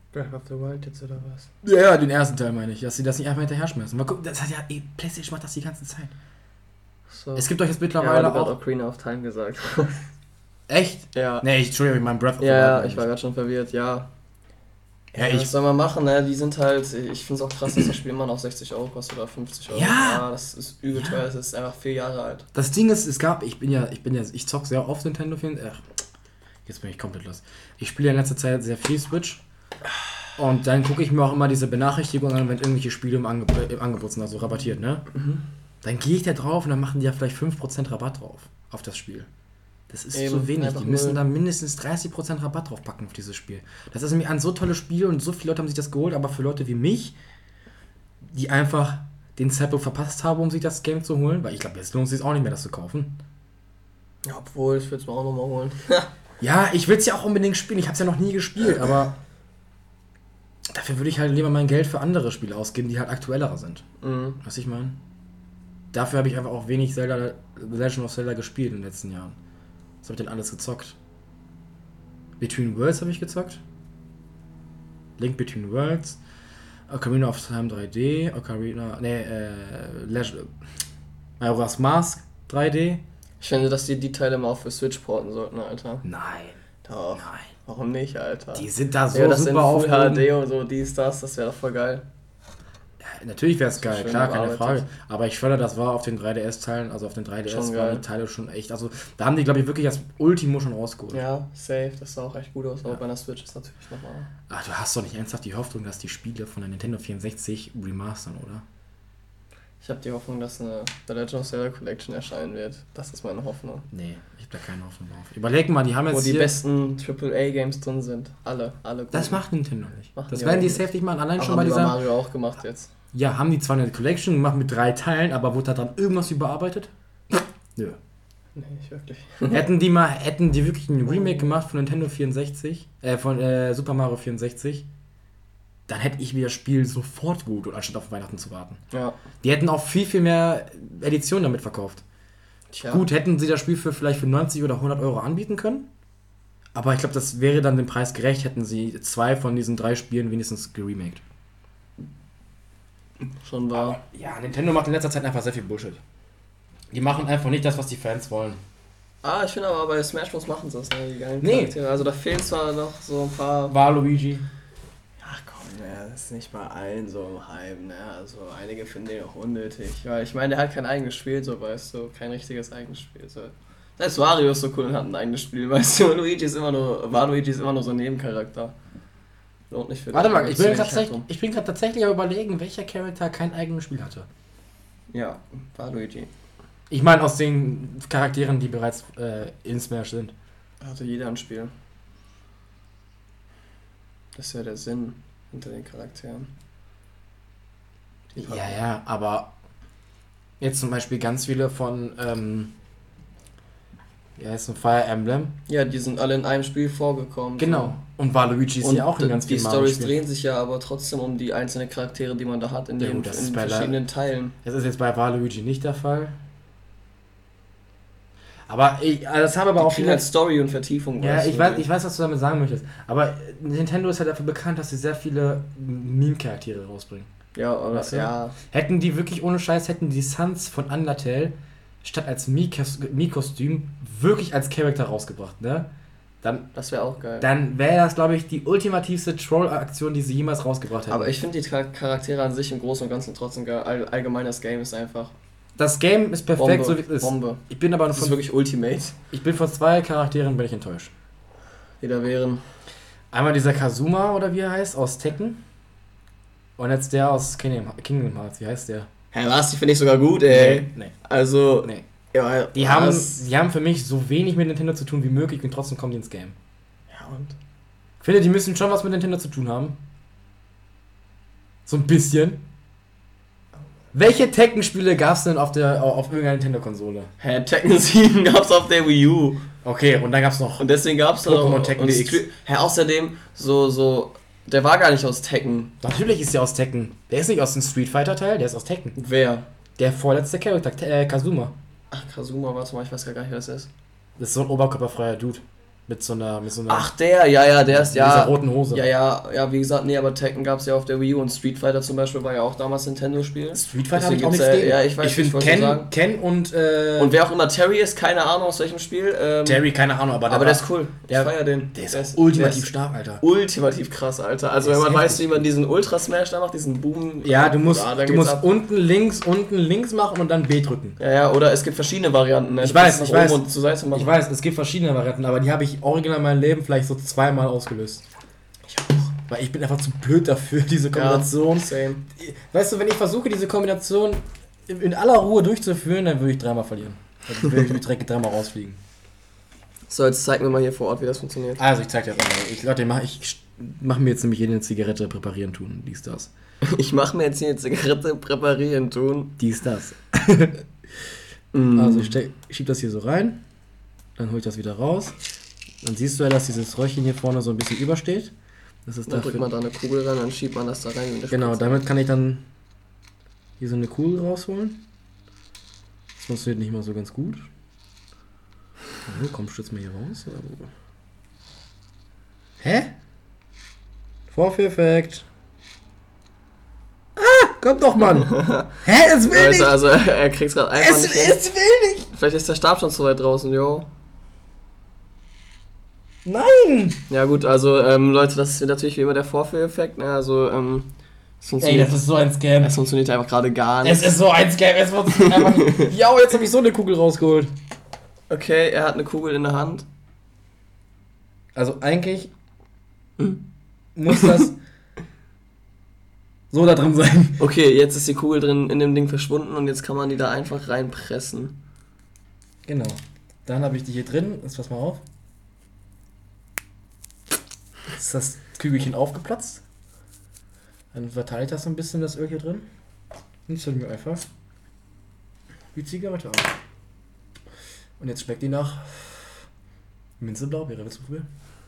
Breath of the Wild jetzt oder was? Ja, den ersten Teil meine ich, dass sie das nicht einfach hinterher schmeißen. Mal gucken, das hat ja, PlayStation macht das die ganze Zeit. So. Es gibt doch jetzt ja, mittlerweile du hast auch... Ocarina of Time gesagt. Echt? ja. Nee, Entschuldigung, ich mein Breath of the Ja, Wild. ich war gerade schon verwirrt, ja. Ja, Was soll man machen, ne? Die sind halt, ich finde es auch krass, dass das Spiel immer noch 60 Euro kostet oder 50 Euro. Ja. Das ist übel teuer, es ist einfach 4 Jahre alt. Das Ding ist, ich zock sehr oft Nintendo 4. Jetzt bin ich komplett los. Ich spiele in letzter Zeit sehr viel Switch. Und dann gucke ich mir auch immer diese Benachrichtigungen an, wenn irgendwelche Spiele im Angebot sind, also rabattiert, ne? Dann gehe ich da drauf und dann machen die ja vielleicht 5% Rabatt drauf auf das Spiel. Das ist Eben, zu wenig. einfach Die müssen null. da mindestens 30% Rabatt drauf packen auf dieses Spiel. Das ist nämlich ein so tolles Spiel und so viele Leute haben sich das geholt, aber für Leute wie mich, die einfach den Zeitpunkt verpasst haben, um sich das Game zu holen, weil ich glaube, jetzt lohnt es sich auch nicht mehr, das zu kaufen. Ja, obwohl, ich würde es mir auch nochmal holen. Ja, ich will es ja auch unbedingt spielen. Ich habe es ja noch nie gespielt, aber dafür würde ich halt lieber mein Geld für andere Spiele ausgeben, die halt aktuellerer sind. Was ich meine? Dafür habe ich einfach auch wenig Legend of Zelda gespielt in den letzten Jahren. Was habe ich denn alles gezockt? Between Worlds habe ich gezockt. Link Between Worlds. Ocarina of Time 3D. Majora's Mask 3D. Ich finde, dass die Teile mal auch für Switch porten sollten, Alter. Nein. Doch. Nein. Warum nicht, Alter? Die sind da so ja, das in super Full aufgehoben. HD und so, das wäre doch voll geil. Natürlich wäre es geil, schön klar, keine bearbeitet. Frage. Aber ich finde, das war auf den 3DS-Teilen, also auf den 3DS Schon waren geil. die Teile schon echt, also da haben die, glaube ich, wirklich das Ultimo schon rausgeholt. Ja, safe, das sah auch echt gut aus, aber bei einer Switch ist natürlich nochmal... Ach, du hast doch nicht ernsthaft die Hoffnung, dass die Spiele von der Nintendo 64 remastern, oder? Ich habe die Hoffnung, dass eine The Legend of Zelda Collection erscheinen wird. Das ist meine Hoffnung. Nee, ich habe da keine Hoffnung drauf. Überleg mal, die haben Wo jetzt die hier... besten AAA-Games drin sind. Alle gut. Das macht Nintendo nicht. Machen Das die werden auch die nicht. safe nicht machen, allein Aber schon bei haben die bei dieser... Mario auch gemacht jetzt. Ja, haben die zwar eine Collection gemacht mit 3 Teilen, aber wurde da dran irgendwas überarbeitet? Nö. Nee, nicht wirklich. hätten die wirklich ein Remake gemacht von Nintendo 64, von Super Mario 64, dann hätte ich mir das Spiel sofort geholt, anstatt auf Weihnachten zu warten. Ja. Die hätten auch viel, viel mehr Editionen damit verkauft. Tja. Gut, hätten sie das Spiel vielleicht für 90 oder 100 Euro anbieten können, aber ich glaube, das wäre dann dem Preis gerecht, hätten sie 2 von diesen 3 Spielen wenigstens geremaked. Schon wahr. Ja, Nintendo macht in letzter Zeit einfach sehr viel Bullshit. Die machen einfach nicht das, was die Fans wollen. Ich finde aber bei Smash Bros. Machen sie das, ne? Die geilen Nee. Charaktere. Also da fehlen zwar noch so ein paar... Waluigi. Ach komm, ne, das ist nicht bei allen so im Hype, ne? Also einige finden den auch unnötig. Weil ich meine, der hat kein eigenes Spiel, so weißt du, kein richtiges eigenes Spiel. So. Selbst Wario ist so cool und hat ein eigenes Spiel, weißt du, Waluigi ist immer nur so ein Nebencharakter. Lohnt nicht für Warte mal, den. ich bin gerade tatsächlich am überlegen, welcher Charakter kein eigenes Spiel hatte. Ja, Waluigi. Ich meine aus den Charakteren, die bereits in Smash sind. Hatte jeder ein Spiel. Das ist ja der Sinn hinter den Charakteren. Ja, aber jetzt zum Beispiel ganz viele von wie heißt es, Fire Emblem. Ja, die sind alle in einem Spiel vorgekommen. Genau. Und Waluigi ist Und ja auch in ganz die vielen Storys Mario-Spielen. drehen sich ja aber trotzdem um die einzelnen Charaktere, die man da hat in Ja, den, gut, das in ist bei verschiedenen Teilen. Das ist jetzt bei Waluigi nicht der Fall. Aber das haben aber auch Viel viele... als Story und Vertiefung. Ja, weißt ich du. weiß, was du damit sagen möchtest. Aber Nintendo ist halt dafür bekannt, dass sie sehr viele Meme-Charaktere rausbringen. Ja, oder Weißt du? ja. Hätten die wirklich ohne Scheiß, hätten die Sans von Undertale statt als Mii-Kostüm wirklich als Charakter rausgebracht, ne? Das wäre auch geil. Dann wäre das, glaube ich, die ultimativste Troll-Aktion, die sie jemals rausgebracht hätten. Aber ich finde die Charaktere an sich im Großen und Ganzen trotzdem geil. Allgemein das Game ist einfach das Game ist perfekt, Bombe. so wie es ist. Bombe. Ich bin aber Das ist von, wirklich Ultimate. ich bin von 2 Charakteren bin ich enttäuscht. Jeder wären. Einmal dieser Kazuma, oder wie er heißt, aus Tekken. Und jetzt der aus Kingdom Hearts, wie heißt der? Hä, was? Die finde ich sogar gut, ey. Nee. Also, Nee. ja, Die haben für mich so wenig mit Nintendo zu tun wie möglich und trotzdem kommen die ins Game. Ja, und? Ich finde, die müssen schon was mit Nintendo zu tun haben. So ein bisschen. Welche Tekken-Spiele gab es denn auf irgendeiner Nintendo-Konsole? Hä, Tekken 7 gab's auf der Wii U. Okay, und dann gab's noch... Und deswegen gab's da Pokémon noch- Tekken und DX. Hä, außerdem, der war gar nicht aus Tekken. Natürlich ist der aus Tekken. Der ist nicht aus dem Street Fighter-Teil, der ist aus Tekken. Wer? Der vorletzte Charakter, Kazuma. Ach, Kazuma, warte mal, ich weiß gar nicht, wer das ist. Das ist so ein oberkörperfreier Dude. Mit so einer Ach, der ist, mit dieser roten Hose. Ja, wie gesagt, nee, aber Tekken gab es ja auf der Wii U und Street Fighter zum Beispiel war ja auch damals Nintendo-Spiel. Street Fighter habe ich auch nichts gegen. Ja, ich weiß, ich finde Ken und wer auch immer Terry ist, keine Ahnung aus welchem Spiel. Terry, keine Ahnung, aber der ist cool. Ich feier den. Der ist ultimativ stark, Alter. Ultimativ krass, Alter. Also wenn man weiß, wie man diesen Ultra Smash da macht, diesen Boom. Ja, du musst unten links machen und dann B drücken. Ja, oder es gibt verschiedene Varianten. Ne? Ich weiß. Und zur Seite machen. Ich weiß, es gibt verschiedene Varianten, aber die habe ich original in meinem Leben vielleicht so 2-mal ausgelöst. Ich auch. Weil ich bin einfach zu blöd dafür, diese Kombination. Ja, same. Weißt du, wenn ich versuche, diese Kombination in aller Ruhe durchzuführen, dann würde ich 3-mal verlieren. Dann würde ich direkt 3-mal rausfliegen. So, jetzt zeig mir mal hier vor Ort, wie das funktioniert. Also, ich zeig dir das einmal. Ich mach mir jetzt nämlich hier eine Zigarette präparieren tun. Dies, das. Ich mach mir jetzt hier eine Zigarette präparieren tun. Dies, das. Also, ich schieb das hier so rein. Dann hole ich das wieder raus. Dann siehst du ja, dass dieses Röhrchen hier vorne so ein bisschen übersteht. Das ist dann drückt man da eine Kugel rein, dann schiebt man das da rein. Genau, damit kann ich dann hier so eine Kugel rausholen. Das funktioniert nicht mal so ganz gut. Oh, komm, stütz mir hier raus. Hä? Vorführeffekt. Kommt doch, Mann! Hä? Es will nicht! Also er kriegt's gerade einfach nicht hin. Es will nicht! Vielleicht ist der Stab schon zu weit draußen, jo. Nein! Ja gut, also Leute, das ist natürlich wie immer der Vorführeffekt, ne? Also das ist so ein Scam. Es funktioniert einfach gerade gar nicht. Es ist so ein Scam, es funktioniert einfach nicht. Ja, jetzt habe ich so eine Kugel rausgeholt. Okay, er hat eine Kugel in der Hand. Also eigentlich muss das so da drin sein. Okay, jetzt ist die Kugel drin in dem Ding verschwunden und jetzt kann man die da einfach reinpressen. Genau. Dann habe ich die hier drin. Jetzt pass mal auf. Jetzt ist das Kügelchen aufgeplatzt. Dann verteile ich das so ein bisschen, das Öl hier drin. Und zünden wir einfach die Zigarette auf. Und jetzt schmeckt die nach Minze Blaubeere. Willst du probieren?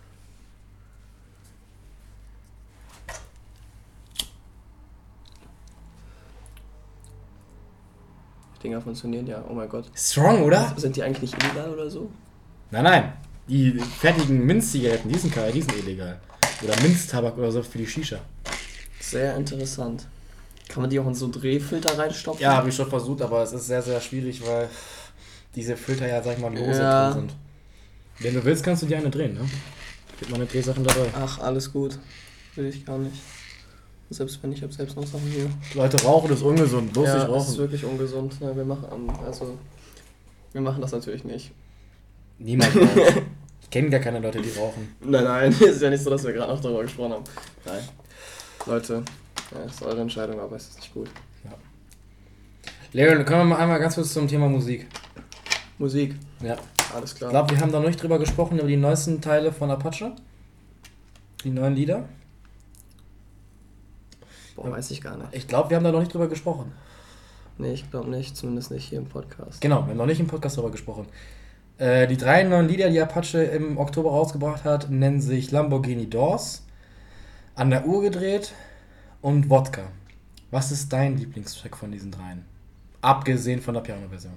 Die Dinger funktionieren ja, oh mein Gott. Strong, oder? Sind die eigentlich nicht illegal oder so? Nein. Die fertigen Minzzigaretten, die sind illegal. Oder Minztabak oder so für die Shisha. Sehr interessant. Kann man die auch in so Drehfilter reinstopfen? Ja, habe ich schon versucht, aber es ist sehr, sehr schwierig, weil diese Filter ja, sag ich mal, lose drin sind. Wenn du willst, kannst du dir eine drehen, ne? Gibt meine Drehsachen dabei. Ach, alles gut. Will ich gar nicht. Selbst wenn ich habe selbst noch Sachen hier. Leute, Rauchen ist ungesund. Bloß nicht rauchen. Das ist wirklich ungesund. Ja, wir machen das natürlich nicht. Niemand raucht. Ich kenne gar keine Leute, die rauchen. Nein, ist ja nicht so, dass wir gerade noch darüber gesprochen haben. Nein. Leute, ist eure Entscheidung, aber es ist nicht gut. Ja. Leon, kommen wir mal einmal ganz kurz zum Thema Musik. Musik? Ja. Alles klar. Ich glaube, wir haben da noch nicht drüber gesprochen, über die neuesten Teile von Apache. Die neuen Lieder. Boah, weiß ich gar nicht. Ich glaube, wir haben da noch nicht drüber gesprochen. Nee, ich glaube nicht. Zumindest nicht hier im Podcast. Genau, wir haben noch nicht im Podcast drüber gesprochen. Die 3 neuen Lieder, die Apache im Oktober rausgebracht hat, nennen sich Lamborghini Doors, An der Uhr gedreht und Wodka. Was ist dein Lieblingstrack von diesen 3? Abgesehen von der Piano-Version.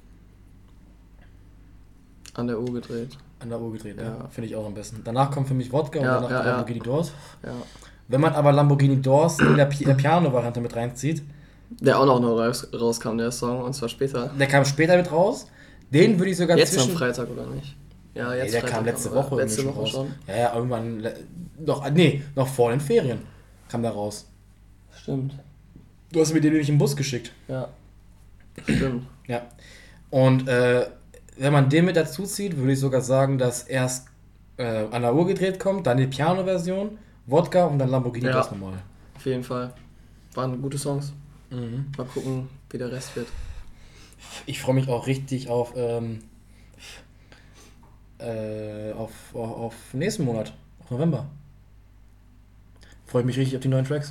An der Uhr gedreht. An der Uhr gedreht, ja. Finde ich auch am besten. Danach kommt für mich Wodka und danach Lamborghini Doors. Ja. Wenn man aber Lamborghini Doors in der Piano-Variante mit reinzieht. Der auch noch rauskam, der Song, und zwar später. Der kam später mit raus. Den würde ich sogar jetzt am Freitag, oder nicht? Ja, jetzt der Freitag kam letzte Woche. Letzte Woche schon. Ja, irgendwann. Noch vor den Ferien kam der raus. Stimmt. Du hast mir den nämlich im Bus geschickt. Ja. Stimmt. Ja. Und wenn man den mit dazu zieht, würde ich sogar sagen, dass erst An der Uhr gedreht kommt, dann die Piano-Version, Wodka und dann Lamborghini das normal. Auf jeden Fall. Waren gute Songs. Mhm. Mal gucken, wie der Rest wird. Ich freue mich auch richtig auf nächsten Monat, auf November. Freue ich mich richtig auf die neuen Tracks.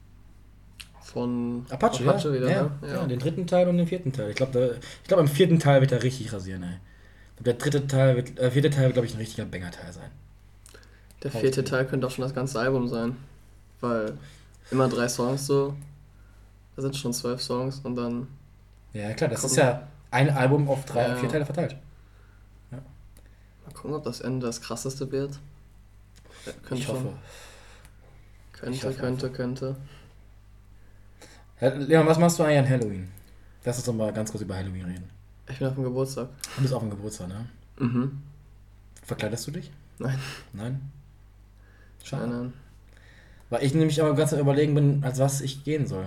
Von Apache wieder, ja. ne? Ja, den 3. Teil und den 4. Teil. Ich glaube, im 4. Teil wird er richtig rasieren, ey. Der 4. Teil wird, glaube ich, ein richtiger Banger-Teil sein. Der 4. Teil könnte auch schon das ganze Album sein. Weil immer 3 Songs so. Da sind schon 12 Songs und dann. Ja, klar, das ist ja ein Album auf 3 und 4 Teile verteilt. Ja. Mal Mal gucken, ob das Ende das krasseste wird. Ich hoffe. Könnte. Leon, was machst du eigentlich an Halloween? Lass uns doch mal ganz kurz über Halloween reden. Ich bin auf dem Geburtstag. Du bist auf dem Geburtstag, ne? Mhm. Verkleidest du dich? Nein. Nein? Schade. Nein. Weil ich nämlich aber ganz am Überlegen bin, als was ich gehen soll.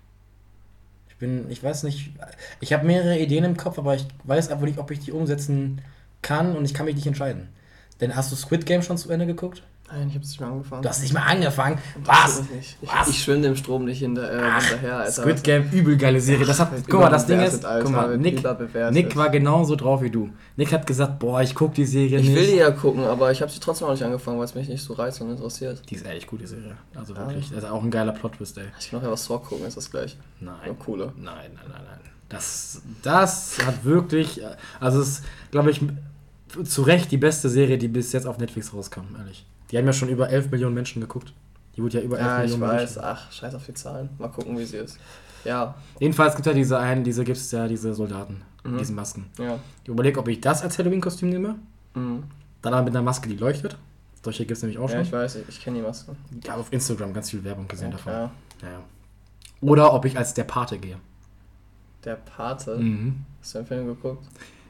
Ich weiß nicht, ich habe mehrere Ideen im Kopf, aber ich weiß einfach nicht, ob ich die umsetzen kann und ich kann mich nicht entscheiden. Denn hast du Squid Game schon zu Ende geguckt? Nein, ich habe es nicht mehr angefangen. Du hast nicht mal angefangen? Was? Was? Ich schwimme dem Strom nicht hinterher, Alter. Squid Game, übel geile Serie. Das hat, guck mal, das Ding ist, Alter, guck mal, Nick war genauso drauf wie du. Nick hat gesagt, boah, ich guck die Serie nicht. Ich will die ja gucken, aber ich habe sie trotzdem auch nicht angefangen, weil es mich nicht so reizt und interessiert. Die ist ehrlich gut, die Serie. Also wirklich, das ist auch ein geiler Plot-Twist, ey. Ich kann auch ja was Saw gucken, ist das gleich. Nein. Nur cooler. Nein. Das hat wirklich, also es ist, glaube ich, zu Recht die beste Serie, die bis jetzt auf Netflix rauskam, ehrlich. Die haben ja schon über 11 Millionen Menschen geguckt. Die wurde ja über 11 Millionen Menschen. Menschen. Ich weiß. Ach, scheiß auf die Zahlen. Mal gucken, wie sie ist. Ja. Jedenfalls gibt es ja diese Soldaten mit diesen Masken. Ja. Ich überlege, ob ich das als Halloween-Kostüm nehme. Mhm. Dann aber mit einer Maske, die leuchtet. Solche gibt es nämlich auch schon. Ja, ich weiß, ich kenne die Maske. Ich habe auf Instagram ganz viel Werbung gesehen davon. Ja. Ja. Oder ob ich als der Pate gehe. Der Pate? Mhm. Hast du den Film geguckt?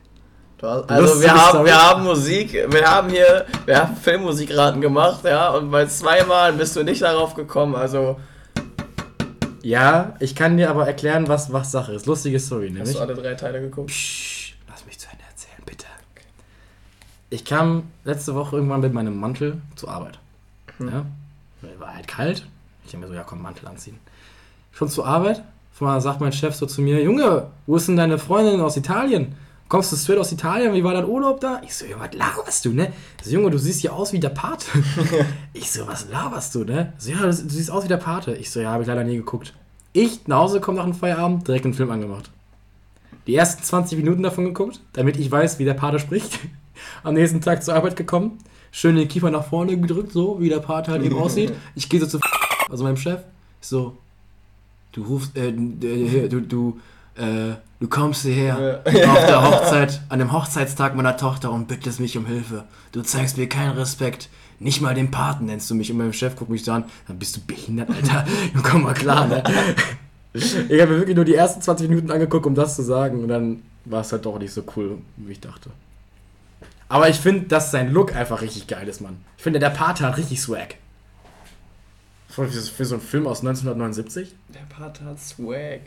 Also wir haben Musik, wir haben Filmmusikraten gemacht, ja, und bei 2 Mal bist du nicht darauf gekommen, also... Ja, ich kann dir aber erklären, was Sache ist. Lustige Story, nämlich. Hast du alle 3 Teile geguckt? Psst, lass mich zu Ende erzählen, bitte. Ich kam letzte Woche irgendwann mit meinem Mantel zur Arbeit. Ja, war halt kalt. Ich denke mir so, ja komm, Mantel anziehen. Schon zur Arbeit, vorher sagt mein Chef so zu mir, Junge, wo ist denn deine Freundin aus Italien? Kommst du straight aus Italien? Wie war dein Urlaub da? Ich so, Junge, was laberst du, ne? Ich so, Junge, du siehst ja aus wie der Pate. Ich so, was laberst du, ne? So, ja, du siehst aus wie der Pate. Ich so, ja, habe ich leider nie geguckt. Ich nach Hause komme nach dem Feierabend, direkt einen Film angemacht. Die ersten 20 Minuten davon geguckt, damit ich weiß, wie der Pate spricht. Am nächsten Tag zur Arbeit gekommen, schön den Kiefer nach vorne gedrückt, so wie der Pate halt eben aussieht. Ich gehe so zu also meinem Chef, ich so, du rufst, du kommst hierher auf der Hochzeit, an dem Hochzeitstag meiner Tochter und bittest mich um Hilfe. Du zeigst mir keinen Respekt. Nicht mal den Paten nennst du mich. Und mein Chef guckt mich so an, dann bist du behindert, Alter. Komm mal klar, ne? Ich habe mir wirklich nur die ersten 20 Minuten angeguckt, um das zu sagen. Und dann war es halt doch nicht so cool, wie ich dachte. Aber ich finde, dass sein Look einfach richtig geil ist, Mann. Ich finde, der Pate hat richtig Swag. Für so einen Film aus 1979. Der Pate hat Swag.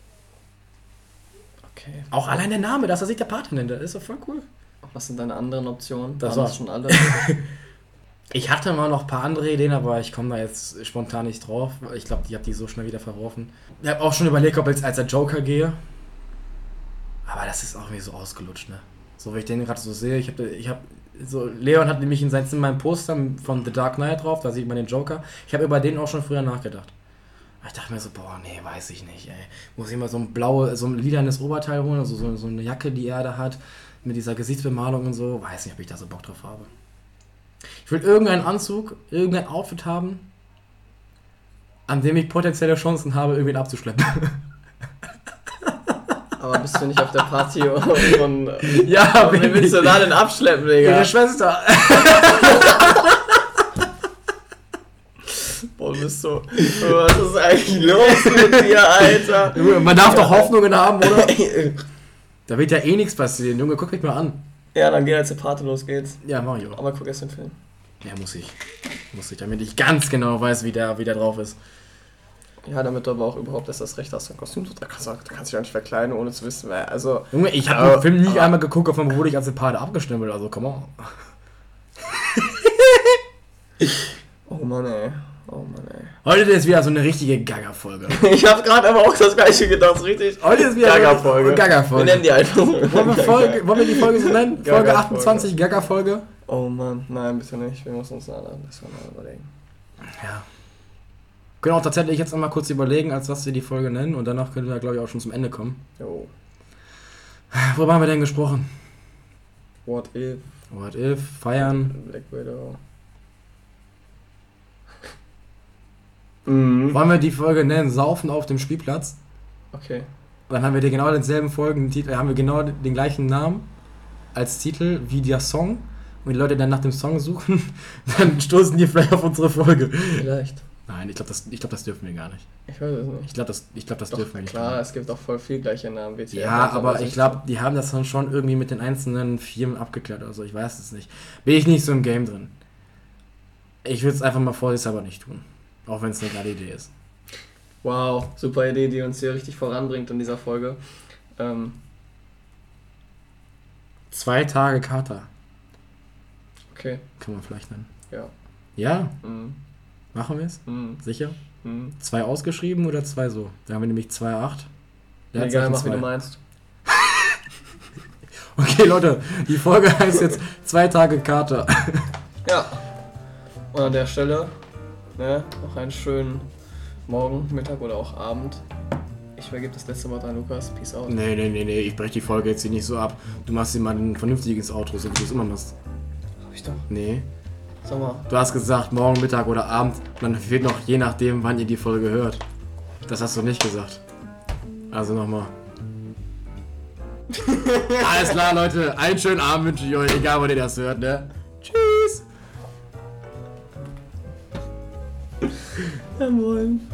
Okay. Auch allein der Name, dass er sich der Pate nennt, das ist doch voll cool. Was sind deine anderen Optionen? Das Waren war's schon alle. Ich hatte mal noch ein paar andere Ideen, aber ich komme da jetzt spontan nicht drauf. Ich glaube, ich habe die so schnell wieder verworfen. Ich habe auch schon überlegt, ob ich als der Joker gehe. Aber das ist auch irgendwie so ausgelutscht, ne? So wie ich den gerade so sehe, Leon hat nämlich in seinem Zimmer ein Poster von The Dark Knight drauf, da sieht man den Joker. Ich habe über den auch schon früher nachgedacht. Aber ich dachte mir so, boah, nee, weiß ich nicht, ey. Muss ich mal so ein lilanes Oberteil holen, also so eine Jacke, die er da hat, mit dieser Gesichtsbemalung und so. Weiß nicht, ob ich da so Bock drauf habe. Ich will irgendeinen Anzug, irgendein Outfit haben, an dem ich potenzielle Chancen habe, irgendwen abzuschleppen. Aber bist du nicht auf der Party und ja, wen willst du da denn abschleppen, Digga? Ihre Schwester. Boah, bist du. Was ist eigentlich los mit dir, Alter? Man darf doch Hoffnungen haben, oder? Da wird ja eh nichts passieren. Junge, guck mich mal an. Ja, dann geh als zur Party, los geht's. Ja, mach ich auch. Aber guck erst den Film. Ja, muss ich, damit ich ganz genau weiß, wie der drauf ist. Ja, damit du aber auch überhaupt erst das Recht hast, dein Kostüm zu tragen. Da kannst du dich auch nicht verkleiden, ohne zu wissen, wer. Also. Junge, ich habe den Film nie einmal geguckt, auf dem wurde ich als der Pate abgestempelt, also come on. Oh Mann, ey. Heute ist wieder so eine richtige Gaga-Folge. Ich hab gerade aber auch das gleiche gedacht, richtig. Heute ist wieder Gaga-Folge. Gaga-Folge. Wir nennen die einfach so. Wollen wir die Folge so nennen? Folge 28, Gaga-Folge. Oh Mann, nein, bitte nicht. Wir müssen uns das mal überlegen. Ja. Können auch tatsächlich jetzt nochmal kurz überlegen, als was wir die Folge nennen. Und danach können wir, glaube ich, auch schon zum Ende kommen. Jo. Worüber haben wir denn gesprochen? What if? What if? Feiern. Black Widow. Wollen wir die Folge nennen? Saufen auf dem Spielplatz. Okay. Und dann haben wir dir genau denselben Folgentitel, haben wir genau den gleichen Namen als Titel wie der Song. und die Leute dann nach dem Song suchen, dann stoßen die vielleicht auf unsere Folge. Vielleicht. Nein, ich glaube, das dürfen wir gar nicht. Ich weiß es nicht. Ich glaube, das Doch, dürfen wir nicht. klar, es gibt auch voll viel gleiche Namen. WTF, Ja, aber ich glaube, die haben das dann schon irgendwie mit den einzelnen Firmen abgeklärt oder so. Ich weiß es nicht. Bin ich nicht so im Game drin. Ich würde es einfach mal vorsichtshalber nicht tun. Auch wenn es eine geile Idee ist. Wow, super Idee, die uns hier richtig voranbringt in dieser Folge. 2 Tage Kater. Okay, Kann man vielleicht nennen. ja. Ja, Mhm. machen wir es? Mhm. Sicher? Mhm. 2 ausgeschrieben oder 2 so? Da haben wir nämlich 2,8. Egal, mach wie du meinst. Okay, Leute, die Folge heißt jetzt 2 Tage Kater. Ja. Und an der Stelle, ne, noch einen schönen Morgen, Mittag oder auch Abend. Ich vergebe das letzte Wort an Lukas. Peace out. Nee, ich breche die Folge jetzt hier nicht so ab. Du machst hier mal ein vernünftiges Outro, so wie du es immer machst. Hab ich doch. Nee. Sag mal. Du hast gesagt, morgen, Mittag oder Abend. Und dann fehlt noch, je nachdem, wann ihr die Folge hört. Das hast du nicht gesagt. Also nochmal. Alles klar, Leute. Einen schönen Abend wünsche ich euch, egal wann ihr das hört, ne? Tschüss. Ja, moin.